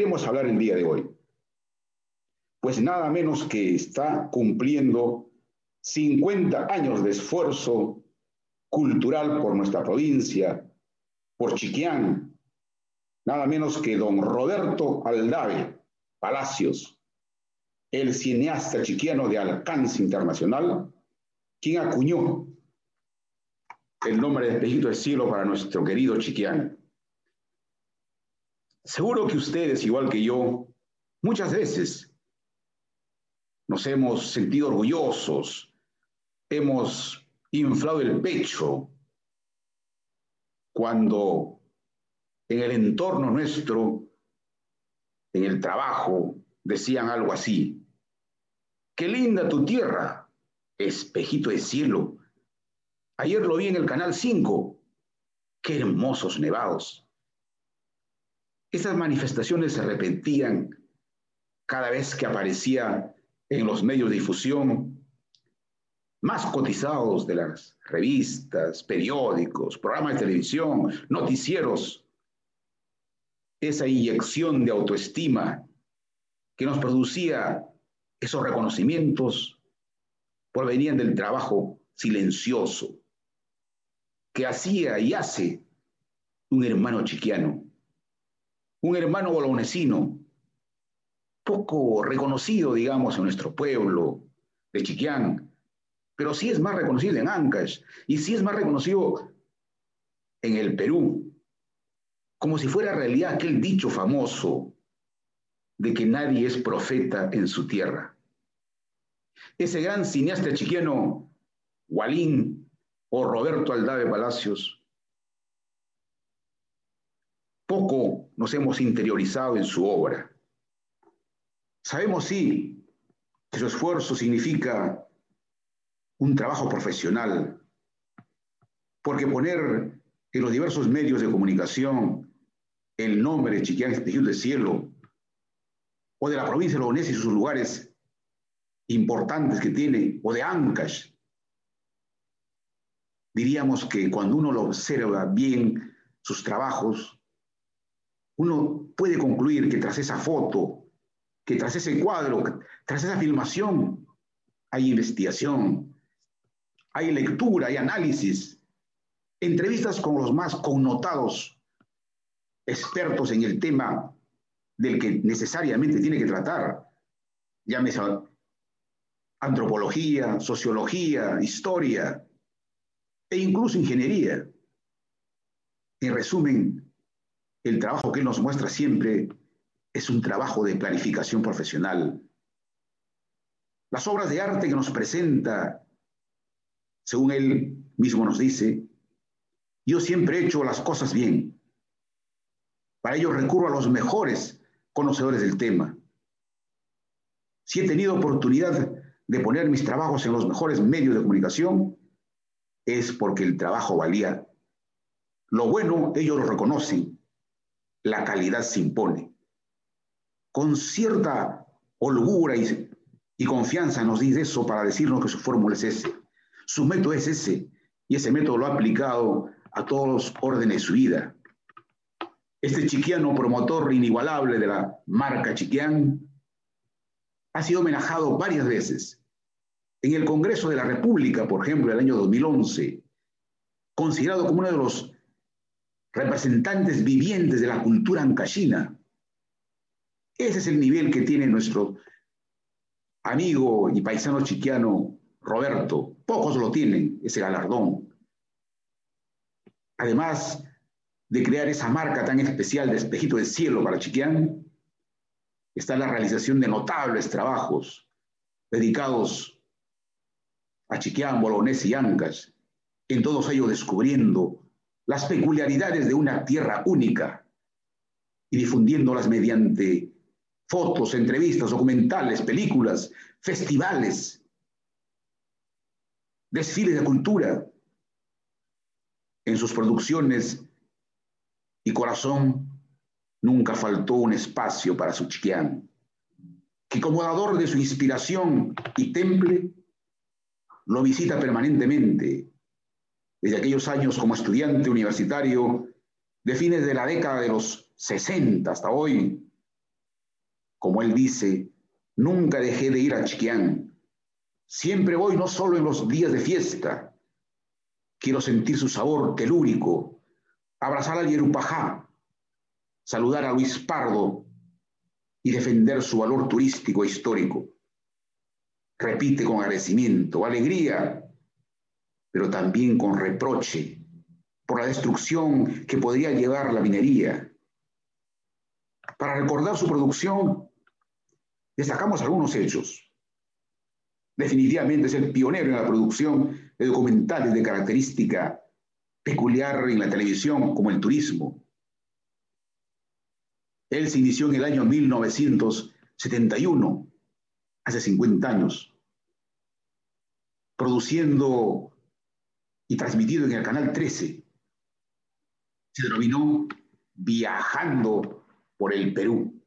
queremos hablar el día de hoy? Pues nada menos que está cumpliendo 50 años de esfuerzo cultural por nuestra provincia, por Chiquián, nada menos que don Roberto Aldave Palacios, el cineasta chiquiano de alcance internacional, quien acuñó el nombre de Espejito del Cielo para nuestro querido Chiquián. Seguro que ustedes, igual que yo, muchas veces nos hemos sentido orgullosos, hemos inflado el pecho cuando en el entorno nuestro, en el trabajo, decían algo así: qué linda tu tierra, espejito de cielo. Ayer lo vi en el Canal 5, qué hermosos nevados. Estas manifestaciones se repetían cada vez que aparecía en los medios de difusión más cotizados de las revistas, periódicos, programas de televisión, noticieros, esa inyección de autoestima que nos producía esos reconocimientos provenían del trabajo silencioso que hacía y hace un hermano chiquiano, un hermano bolonesino, poco reconocido, digamos, en nuestro pueblo de Chiquián, pero sí es más reconocido en Ancash y sí es más reconocido en el Perú, como si fuera realidad aquel dicho famoso de que nadie es profeta en su tierra. Ese gran cineasta chiquiano, Gualín o Roberto Aldave Palacios, poco nos hemos interiorizado en su obra. Sabemos, sí, que su esfuerzo significa un trabajo profesional, porque poner en los diversos medios de comunicación el nombre de Chiquián Espejito del Cielo o de la provincia de Logonés y sus lugares importantes que tiene, o de Ancash, diríamos que cuando uno lo observa bien sus trabajos, uno puede concluir que tras esa foto, que tras ese cuadro, tras esa filmación, hay investigación, hay lectura, hay análisis, entrevistas con los más connotados expertos en el tema del que necesariamente tiene que tratar, llámese antropología, sociología, historia e incluso ingeniería. En resumen, el trabajo que él nos muestra siempre es un trabajo de planificación profesional. Las obras de arte que nos presenta, según él mismo nos dice: yo siempre he hecho las cosas bien. Para ello recurro a los mejores conocedores del tema. Si he tenido oportunidad de poner mis trabajos en los mejores medios de comunicación, es porque el trabajo valía. Lo bueno ellos lo reconocen, la calidad se impone. Con cierta holgura y confianza nos dice eso para decirnos que su fórmula es ese, su método es ese, y ese método lo ha aplicado a todos los órdenes de su vida. Este chiquiano promotor inigualable de la marca Chiquián ha sido homenajado varias veces. En el Congreso de la República, por ejemplo, el año 2011, considerado como uno de los representantes vivientes de la cultura ancashina. Ese es el nivel que tiene nuestro amigo y paisano chiquiano Roberto. Pocos lo tienen, ese galardón. Además de crear esa marca tan especial de Espejito del Cielo para Chiquián, está la realización de notables trabajos dedicados a Chiquián, Bolognesi y Ancash, en todos ellos descubriendo las peculiaridades de una tierra única y difundiéndolas mediante fotos, entrevistas, documentales, películas, festivales, desfiles de cultura. En sus producciones y corazón nunca faltó un espacio para su Chiquián, que como dador de su inspiración y temple, lo visita permanentemente desde aquellos años como estudiante universitario de fines de la década de los 60 hasta hoy, Como él dice, nunca dejé de ir a Chiquián. Siempre voy, no solo en los días de fiesta. Quiero sentir su sabor telúrico, abrazar al Yerupajá, saludar a Luis Pardo y defender su valor turístico e histórico. Repite con agradecimiento, alegría, pero también con reproche por la destrucción que podría llevar la minería. Para recordar su producción, destacamos algunos hechos. Definitivamente es el pionero en la producción de documentales de característica peculiar en la televisión, como el turismo. Él se inició en el año 1971, hace 50 años, produciendo y transmitido en el Canal 13. Se denominó Viajando por el Perú.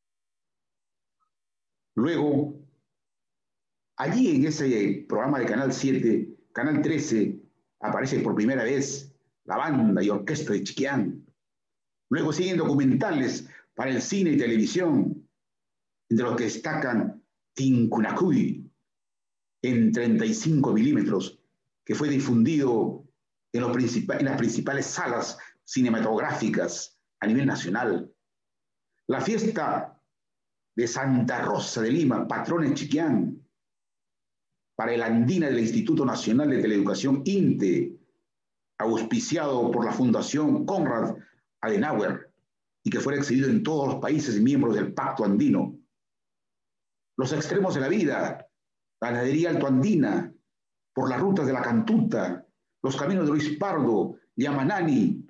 Luego, allí en ese programa de Canal 7, Canal 13, aparece por primera vez la banda y orquesta de Chiquián. Luego siguen documentales para el cine y televisión, entre los que destacan Tincunacuy, en 35 milímetros, que fue difundido en las principales salas cinematográficas a nivel nacional. La fiesta de Santa Rosa de Lima, patrona en Chiquián, para el Andina del Instituto Nacional de Teleeducación INTE, auspiciado por la Fundación Konrad Adenauer, y que fuera exhibido en todos los países miembros del Pacto Andino. Los extremos de la vida, la ganadería altoandina, por las rutas de la Cantuta, los caminos de Luis Pardo, Yamanani,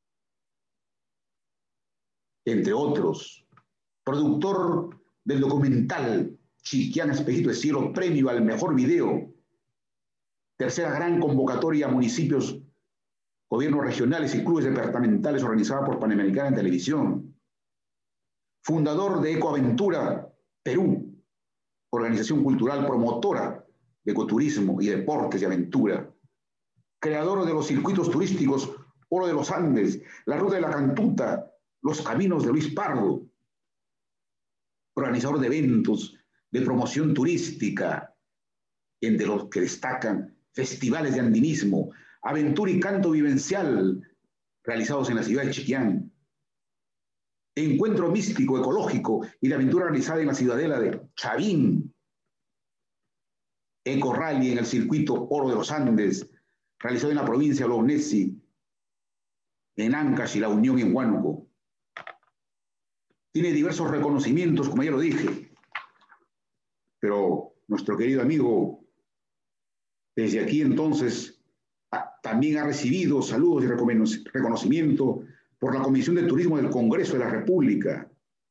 entre otros. Productor del documental Chiquián Espejito de Cielo, premio al mejor video. Tercera gran convocatoria a municipios, gobiernos regionales y clubes departamentales organizada por Panamericana en Televisión. Fundador de Ecoaventura Perú, organización cultural promotora de ecoturismo y deportes de aventura. Creador de los circuitos turísticos Oro de los Andes, la Ruta de la Cantuta, los Caminos de Luis Pardo. Organizador de eventos de promoción turística, entre los que destacan festivales de andinismo, aventura y canto vivencial realizados en la ciudad de Chiquián, encuentro místico, ecológico y de aventura realizada en la ciudadela de Chavín, Eco Rally en el circuito Oro de los Andes, realizado en la provincia de Lognesi, en Ancash y La Unión en Huánuco. Tiene diversos reconocimientos, como ya lo dije, pero nuestro querido amigo, desde aquí entonces, también ha recibido saludos y reconocimiento por la Comisión de Turismo del Congreso de la República.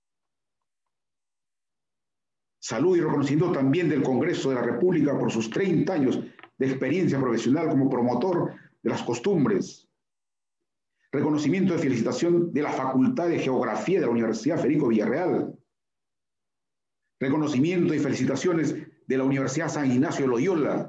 Salud y reconocimiento también del Congreso de la República por sus 30 años de experiencia profesional como promotor de las costumbres. Reconocimiento de felicitación de la Facultad de Geografía de la Universidad Federico Villarreal. Reconocimiento y felicitaciones de la Universidad San Ignacio de Loyola.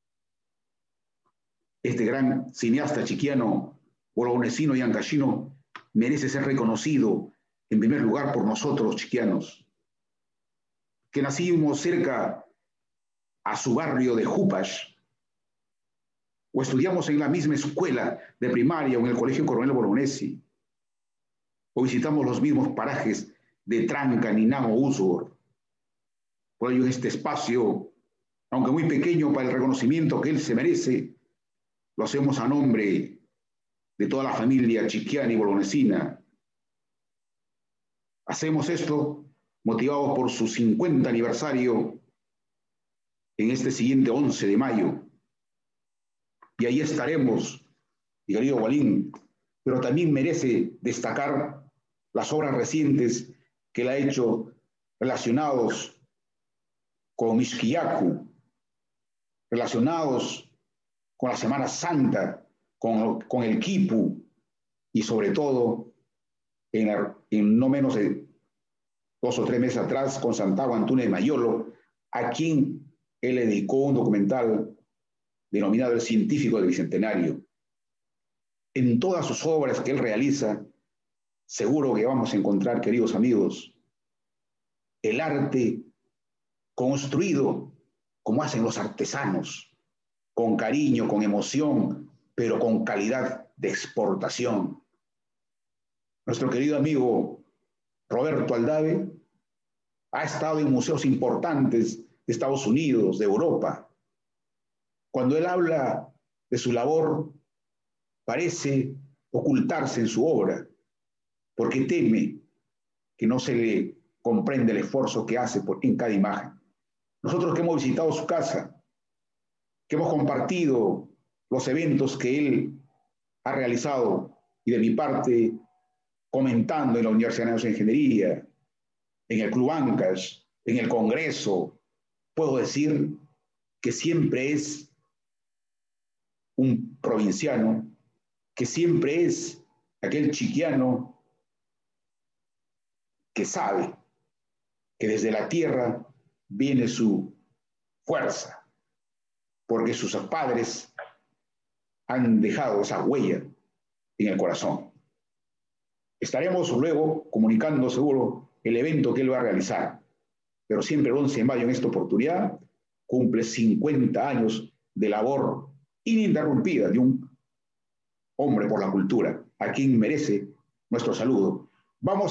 Este gran cineasta chiquiano, bolonesino y ancashino, merece ser reconocido en primer lugar por nosotros, chiquianos, que nacimos cerca a su barrio de Jupash, o estudiamos en la misma escuela de primaria o en el Colegio Coronel Bolognesi, o visitamos los mismos parajes de Tranca, Ninamo, Usor. Por ello, en este espacio, aunque muy pequeño para el reconocimiento que él se merece, lo hacemos a nombre de toda la familia chiquiana y bolognesina. Hacemos esto motivados por su 50 aniversario en este siguiente 11 de mayo. Y ahí estaremos, mi querido Walín, pero también merece destacar las obras recientes que él ha hecho relacionados con Mixquiacu, relacionados con la Semana Santa, con el Quipu y sobre todo en no menos de 2 o 3 meses atrás con Santiago Antunes de Mayolo, a quien él le dedicó un documental denominado El Científico del Bicentenario. En todas sus obras que él realiza, seguro que vamos a encontrar, queridos amigos, el arte construido como hacen los artesanos, con cariño, con emoción, pero con calidad de exportación. Nuestro querido amigo Roberto Aldave ha estado en museos importantes de Estados Unidos, de Europa. Cuando él habla de su labor, parece ocultarse en su obra, porque teme que no se le comprende el esfuerzo que hace en cada imagen. Nosotros que hemos visitado su casa, que hemos compartido los eventos que él ha realizado, y de mi parte, comentando en la Universidad Nacional de Ingeniería, en el Club Ancash, en el Congreso, puedo decir que siempre es un provinciano, que siempre es aquel chiquiano que sabe que desde la tierra viene su fuerza, porque sus padres han dejado esa huella en el corazón. Estaremos luego comunicando seguro el evento que él va a realizar, pero siempre el 11 de mayo en esta oportunidad cumple 50 años de labor ininterrumpida de un hombre por la cultura, a quien merece nuestro saludo. Vamos